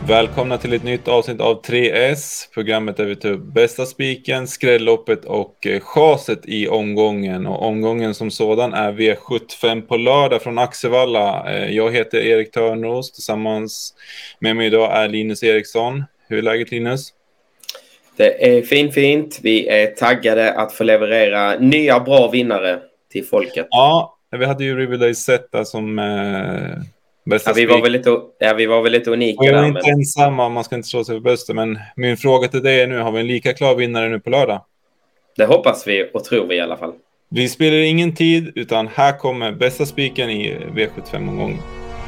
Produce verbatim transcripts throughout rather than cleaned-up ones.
Välkomna till ett nytt avsnitt av tre S, programmet där vi tar upp bästa spiken, skrälloppet och eh, chaset i omgången. Och omgången som sådan är V sjuttiofem på lördag från Axevalla. Eh, jag heter Erik Törnros, tillsammans med mig idag är Linus Eriksson. Hur är läget, Linus? Det är fint fint. Vi är taggade att få leverera nya bra vinnare till folket. Ja, vi hade ju Riverdale Zeta som eh, bästa ja, vi var väl lite, ja, vi var väl lite unika och jag är där. inte Men... ensamma, man ska inte slå sig för bröstet. Men min fråga till dig är nu, har vi en lika klar vinnare nu på lördag? Det hoppas vi och tror vi i alla fall. Vi spelar ingen tid, utan här kommer bästa spiken i V sjuttiofem-omgången.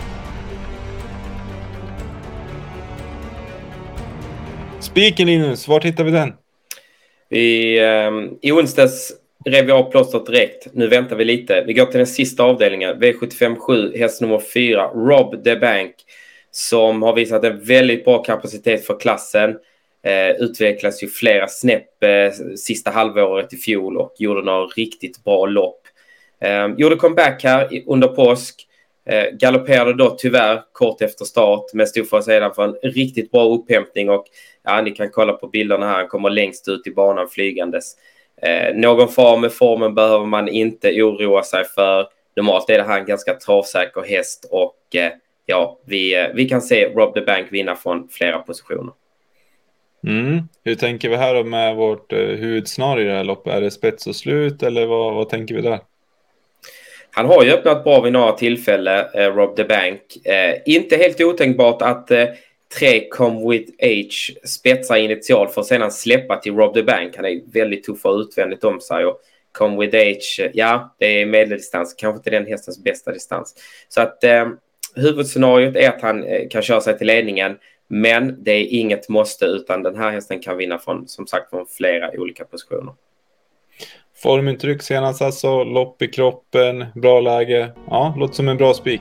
Spiken, Linus, var hittar vi den? Vi, eh, I onsdags rev vi av plåstret direkt. Nu väntar vi lite. Vi går till den sista avdelningen. V sjuttiofem sju, häst nummer fyra, Rob the Bank. Som har visat en väldigt bra kapacitet för klassen. Eh, utvecklas ju flera snäpp eh, sista halvåret i fjol och gjorde några riktigt bra lopp. Eh, gjorde comeback här i, under påsk. Eh, galopperade då tyvärr kort efter start, men stod för sedan för en riktigt bra upphämtning. Och ja, ni kan kolla på bilderna här. Han kommer längst ut i banan flygandes. Eh, någon form med formen behöver man inte oroa sig för. Normalt är det här en ganska travsäker häst och eh, ja, vi, eh, vi kan se Rob the Bank vinna från flera positioner. Mm. Hur tänker vi här då med vårt eh, huvudscenario i det här loppet? Är det spets och slut eller vad, vad tänker vi där? Han har ju öppnat bra vid några tillfällen, eh, Rob the Bank. Eh, inte helt otänkbart att eh, tre Come With Age spetsar initial för att sedan släppa till Rob the Bank. Han är väldigt tuff och utvändigt om sig. Och Come With Age, ja, det är medeldistans. Kanske inte den hästens bästa distans. Så att eh, huvudscenariot är att han eh, kan köra sig till ledningen. Men det är inget måste, utan den här hästen kan vinna från, som sagt, från flera olika positioner. Formintryck senast alltså, lopp i kroppen, bra läge. Ja, låter som en bra spik.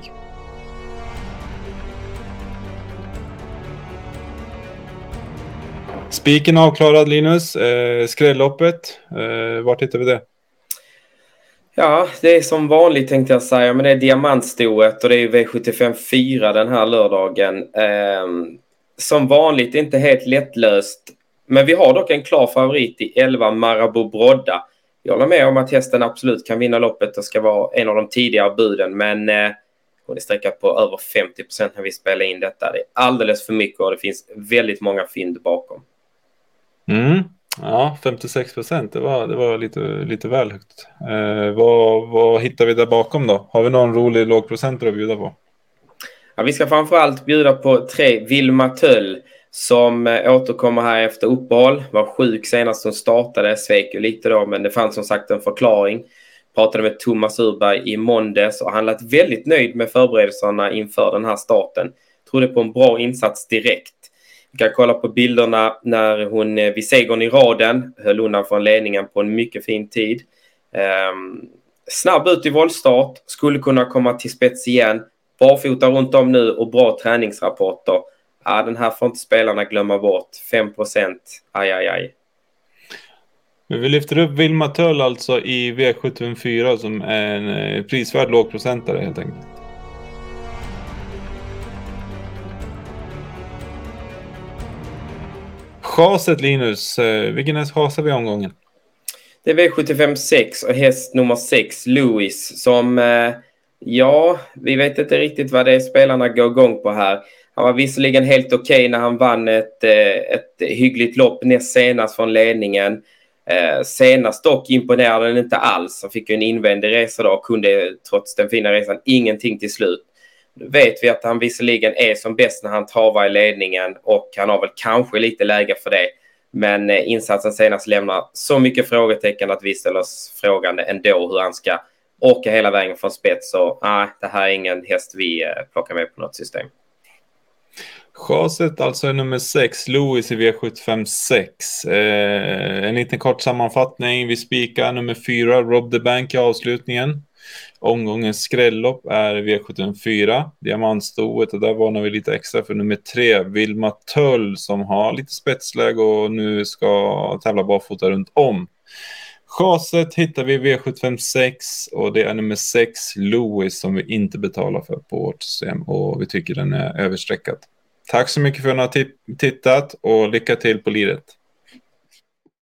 Spiken avklarad, Linus. Eh, skrälloppet, eh, vart hittar vi det? Ja, det är som vanligt tänkte jag säga, men det är diamantstoet och det är V sjuttiofem fyra den här lördagen. Eh, som vanligt inte helt lättlöst, men vi har dock en klar favorit i elva Marabou Brodda. Jag håller med om att hästen absolut kan vinna loppet och ska vara en av de tidigare buden, men eh, hon är sträckat på över femtio procent när vi spelar in detta. Det är alldeles för mycket och det finns väldigt många fynd bakom. Mm. Ja, femtiosex procent, det var, det var lite, lite väl högt. Eh, vad, vad hittar vi där bakom då? Har vi någon rolig lågprocent att bjuda på? Ja, vi ska framförallt bjuda på tre Vilma Töll som eh, återkommer här efter uppehåll. Var sjuk senast hon startade, svek ju lite då, men det fanns som sagt en förklaring. Pratade med Thomas Urberg i måndags och han lät väldigt nöjd med förberedelserna inför den här starten. Trodde på en bra insats direkt. Vi kan kolla på bilderna när hon vid segern i raden höll undan från ledningen på en mycket fin tid. Um, snabb ut i våldstart, skulle kunna komma till spets igen. Barfota runt om nu och bra träningsrapporter. Ja, den här får inte spelarna glömma bort. fem procent, aj aj aj. Vi lyfter upp Vilma Töll alltså i V sjuttiofem fyra som är en prisvärd lågprocentare helt enkelt. Chaset, Linus, vilken häst chasar vi omgången? Det är V sjuttiofem sex och häst nummer sex, Louis, som, ja, vi vet inte riktigt vad det är spelarna går igång på här. Han var visserligen helt okej okay när han vann ett, ett hyggligt lopp näst senast från ledningen. Senast dock imponerade den inte alls. Han fick ju en invändig resa då och kunde trots den fina resan ingenting till slut. Nu vet vi att han visserligen är som bäst när han travar i ledningen och han har väl kanske lite läge för det. Men insatsen senast lämnar så mycket frågetecken att vi ställer oss frågande ändå hur han ska åka hela vägen från spets. Så nej, det här är ingen häst vi plockar med på något system. Chaset alltså är nummer sex, Louis i V sjuttiofem sex. Eh, en liten kort sammanfattning. Vi spikar nummer fyra, Rob the Bank i avslutningen. Omgångens skrällopp är V sjuttiofem fyra, diamantstoet, och där varnar vi lite extra för nummer tre, Vilma Töll, som har lite spetsläge och nu ska tävla barfota runt om. Chaset hittar vi i V sjuttiofem sex och det är nummer sex, Louis, som vi inte betalar för på vårt system och vi tycker den är överstreckad. Tack så mycket för att ni har t- tittat och lycka till på liret.